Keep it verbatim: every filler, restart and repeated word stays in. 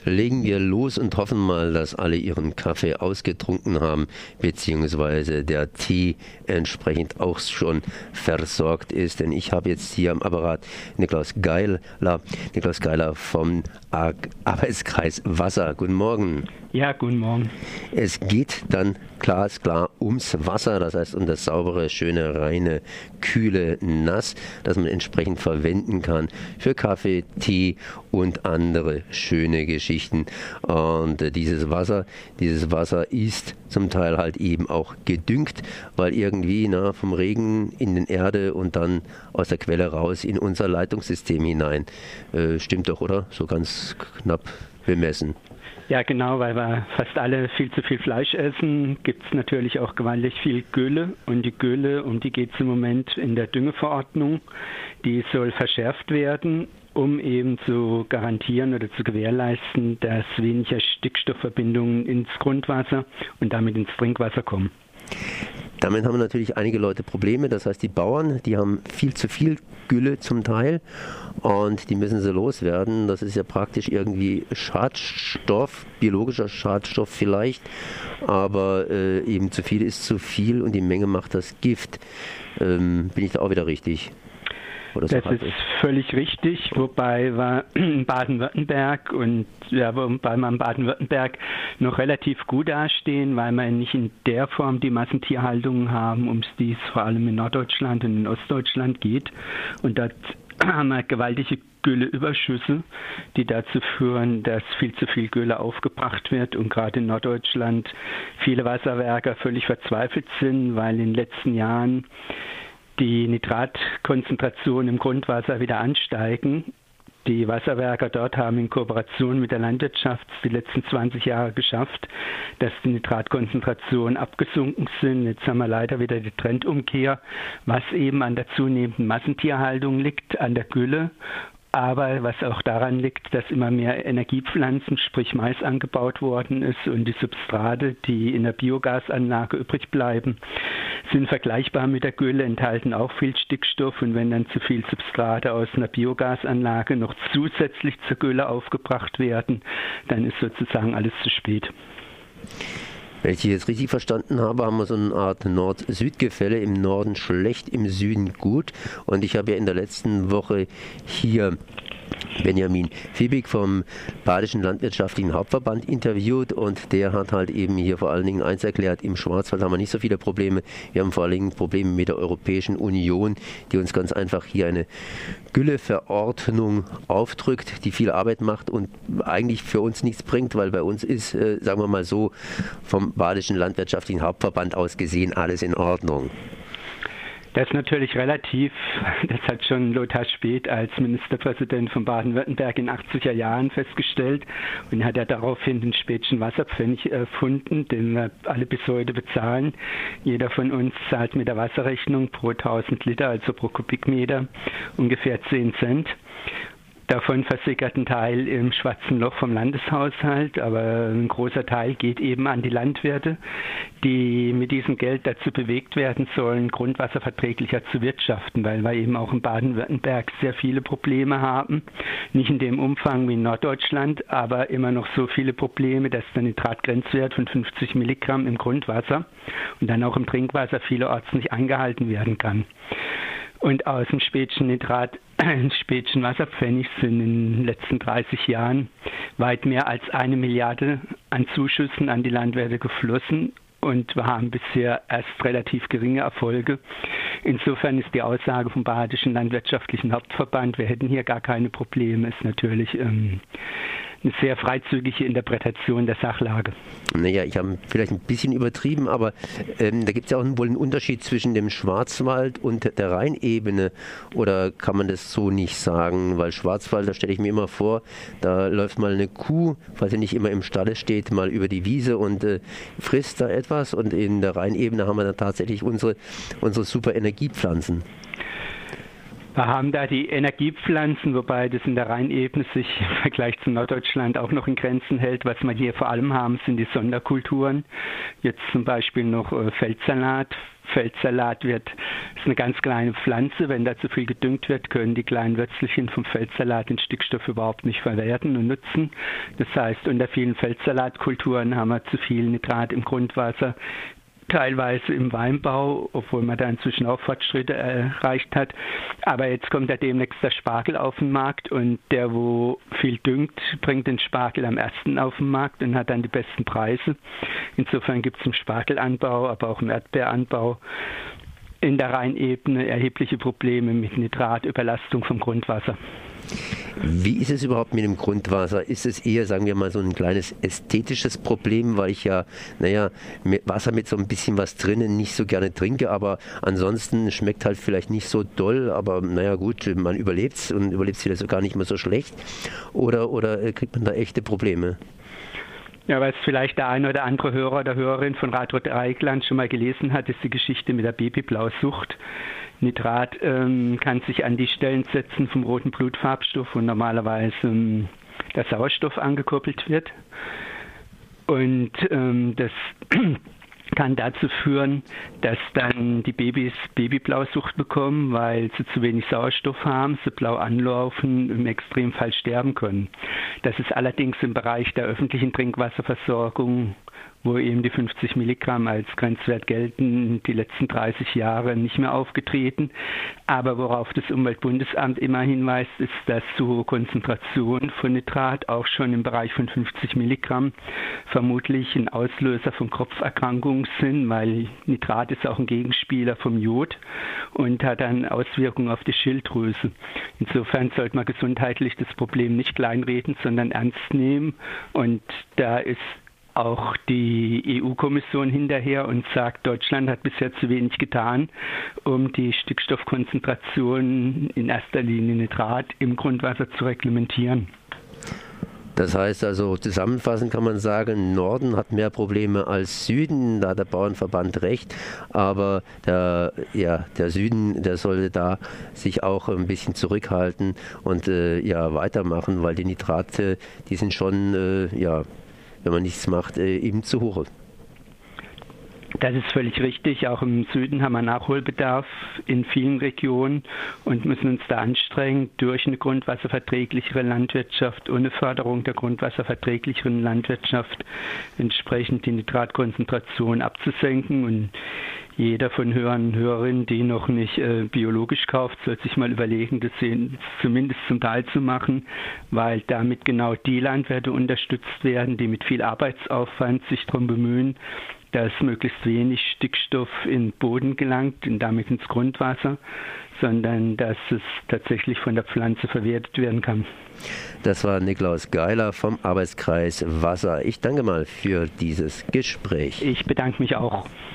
Legen wir los und hoffen mal, dass alle ihren Kaffee ausgetrunken haben, beziehungsweise der Tee entsprechend auch schon versorgt ist. Denn ich habe jetzt hier am Apparat Niklaus Geiler, Niklaus Geiler vom Arbeitskreis Wasser. Guten Morgen. Ja, guten Morgen. Es geht dann glasklar ums Wasser, das heißt um das saubere, schöne, reine, kühle Nass, das man entsprechend verwenden kann für Kaffee, Tee und andere schöne Geschichten. Und äh, dieses Wasser, dieses Wasser ist zum Teil halt eben auch gedüngt, weil irgendwie na, vom Regen in den Erde und dann aus der Quelle raus in unser Leitungssystem hinein. Äh, stimmt doch, oder? So ganz knapp bemessen. Ja, genau, weil wir fast alle viel zu viel Fleisch essen, gibt es natürlich auch gewaltig viel Gülle. Und die Gülle, um die geht es im Moment in der Düngeverordnung. Die soll verschärft werden, um eben zu garantieren oder zu gewährleisten, dass weniger Stickstoffverbindungen ins Grundwasser und damit ins Trinkwasser kommen. Damit haben natürlich einige Leute Probleme, das heißt die Bauern, die haben viel zu viel Gülle zum Teil und die müssen sie loswerden. Das ist ja praktisch irgendwie Schadstoff, biologischer Schadstoff vielleicht, aber äh, eben zu viel ist zu viel und die Menge macht das Gift. Ähm, bin ich da auch wieder richtig? Das ist völlig richtig, wobei wir in Baden-Württemberg und ja, wobei wir in Baden-Württemberg noch relativ gut dastehen, weil wir nicht in der Form die Massentierhaltung haben, um die es vor allem in Norddeutschland und in Ostdeutschland geht. Und dort haben wir gewaltige Gülleüberschüsse, die dazu führen, dass viel zu viel Gülle aufgebracht wird und gerade in Norddeutschland viele Wasserwerke völlig verzweifelt sind, weil in den letzten Jahren die Nitratkonzentration im Grundwasser wieder ansteigen. Die Wasserwerker dort haben in Kooperation mit der Landwirtschaft die letzten zwanzig Jahre geschafft, dass die Nitratkonzentrationen abgesunken sind. Jetzt haben wir leider wieder die Trendumkehr, was eben an der zunehmenden Massentierhaltung liegt, an der Gülle. Aber was auch daran liegt, dass immer mehr Energiepflanzen, sprich Mais, angebaut worden ist und die Substrate, die in der Biogasanlage übrig bleiben, sind vergleichbar mit der Gülle, enthalten auch viel Stickstoff. Und wenn dann zu viel Substrate aus einer Biogasanlage noch zusätzlich zur Gülle aufgebracht werden, dann ist sozusagen alles zu spät. Wenn ich jetzt richtig verstanden habe, haben wir so eine Art Nord-Süd-Gefälle, im Norden schlecht, im Süden gut. Und ich habe ja in der letzten Woche hier Benjamin Fiebig vom Badischen Landwirtschaftlichen Hauptverband interviewt und der hat halt eben hier vor allen Dingen eins erklärt, im Schwarzwald haben wir nicht so viele Probleme, wir haben vor allen Dingen Probleme mit der Europäischen Union, die uns ganz einfach hier eine Gülleverordnung aufdrückt, die viel Arbeit macht und eigentlich für uns nichts bringt, weil bei uns ist, äh, sagen wir mal so, vom Badischen Landwirtschaftlichen Hauptverband aus gesehen alles in Ordnung. Das ist natürlich relativ, das hat schon Lothar Späth als Ministerpräsident von Baden-Württemberg in den achtziger Jahren festgestellt und hat er daraufhin den Späthschen Wasserpfennig erfunden, den wir alle bis heute bezahlen. Jeder von uns zahlt mit der Wasserrechnung pro tausend Liter, also pro Kubikmeter, ungefähr zehn Cent. Davon versickert ein Teil im schwarzen Loch vom Landeshaushalt, aber ein großer Teil geht eben an die Landwirte, die mit diesem Geld dazu bewegt werden sollen, grundwasserverträglicher zu wirtschaften, weil wir eben auch in Baden-Württemberg sehr viele Probleme haben. Nicht in dem Umfang wie in Norddeutschland, aber immer noch so viele Probleme, dass der Nitratgrenzwert von fünfzig Milligramm im Grundwasser und dann auch im Trinkwasser vielerorts nicht eingehalten werden kann. Und aus dem Späthschen Nitrat, Späthschen Wasserpfennig sind in den letzten dreißig Jahren weit mehr als eine Milliarde an Zuschüssen an die Landwirte geflossen. Und wir haben bisher erst relativ geringe Erfolge. Insofern ist die Aussage vom Badischen Landwirtschaftlichen Hauptverband, wir hätten hier gar keine Probleme, ist natürlich ähm, eine sehr freizügige Interpretation der Sachlage. Naja, ich habe vielleicht ein bisschen übertrieben, aber ähm, da gibt es ja auch wohl einen Unterschied zwischen dem Schwarzwald und der Rheinebene. Oder kann man das so nicht sagen? Weil Schwarzwald, da stelle ich mir immer vor, da läuft mal eine Kuh, falls sie nicht immer im Stalle steht, mal über die Wiese und äh, frisst da etwas. Und in der Rheinebene haben wir dann tatsächlich unsere, unsere super Energiepflanzen. Wir haben da die Energiepflanzen, wobei das in der Rheinebene sich im Vergleich zu Norddeutschland auch noch in Grenzen hält. Was wir hier vor allem haben, sind die Sonderkulturen. Jetzt zum Beispiel noch äh, Feldsalat. Feldsalat wird, ist eine ganz kleine Pflanze. Wenn da zu viel gedüngt wird, können die kleinen Würzelchen vom Feldsalat den Stickstoff überhaupt nicht verwerten und nutzen. Das heißt, unter vielen Feldsalatkulturen haben wir zu viel Nitrat im Grundwasser, teilweise im Weinbau, obwohl man da inzwischen auch Fortschritte erreicht hat. Aber jetzt kommt ja demnächst der Spargel auf den Markt und der, wo viel düngt, bringt den Spargel am ersten auf den Markt und hat dann die besten Preise. Insofern gibt es im Spargelanbau, aber auch im Erdbeeranbau in der Rheinebene erhebliche Probleme mit Nitratüberlastung vom Grundwasser. Wie ist es überhaupt mit dem Grundwasser? Ist es eher, sagen wir mal, so ein kleines ästhetisches Problem, weil ich ja, naja, mit Wasser mit so ein bisschen was drinnen nicht so gerne trinke, aber ansonsten schmeckt halt vielleicht nicht so doll, aber naja gut, man überlebt es und überlebt es vielleicht sogar nicht mehr so schlecht. Oder, oder kriegt man da echte Probleme? Ja, was vielleicht der eine oder andere Hörer oder Hörerin von Radio Dreieckland schon mal gelesen hat, ist die Geschichte mit der Babyblausucht. Nitrat ähm, kann sich an die Stellen setzen vom roten Blutfarbstoff, wo normalerweise ähm, der Sauerstoff angekoppelt wird. Und ähm, das kann dazu führen, dass dann die Babys Babyblausucht bekommen, weil sie zu wenig Sauerstoff haben, sie blau anlaufen, im Extremfall sterben können. Das ist allerdings im Bereich der öffentlichen Trinkwasserversorgung, wo eben die fünfzig Milligramm als Grenzwert gelten, die letzten dreißig Jahre nicht mehr aufgetreten. Aber worauf das Umweltbundesamt immer hinweist, ist, dass zu hohe Konzentrationen von Nitrat auch schon im Bereich von fünfzig Milligramm vermutlich ein Auslöser von Kopferkrankungen sind, weil Nitrat ist auch ein Gegenspieler vom Jod und hat dann Auswirkungen auf die Schilddrüse. Insofern sollte man gesundheitlich das Problem nicht kleinreden, sondern ernst nehmen. Und da ist auch die E U-Kommission hinterher und sagt, Deutschland hat bisher zu wenig getan, um die Stickstoffkonzentration, in erster Linie Nitrat, im Grundwasser zu reglementieren. Das heißt also, zusammenfassend kann man sagen, Norden hat mehr Probleme als Süden, da hat der Bauernverband recht, aber der, ja, der Süden, der sollte da sich auch ein bisschen zurückhalten und äh, ja, weitermachen, weil die Nitrate, die sind schon, äh, ja, wenn man nichts macht, äh, eben zu hoch. Das ist völlig richtig. Auch im Süden haben wir Nachholbedarf in vielen Regionen und müssen uns da anstrengen, durch eine grundwasserverträglichere Landwirtschaft und eine Förderung der grundwasserverträglicheren Landwirtschaft entsprechend die Nitratkonzentration abzusenken. Und jeder von Hörern und Hörerinnen, die noch nicht äh, biologisch kauft, soll sich mal überlegen, das zumindest zum Teil zu machen, weil damit genau die Landwirte unterstützt werden, die mit viel Arbeitsaufwand sich darum bemühen, dass möglichst wenig Stickstoff in den Boden gelangt und damit ins Grundwasser, sondern dass es tatsächlich von der Pflanze verwertet werden kann. Das war Niklaus Geiler vom Arbeitskreis Wasser. Ich danke mal für dieses Gespräch. Ich bedanke mich auch.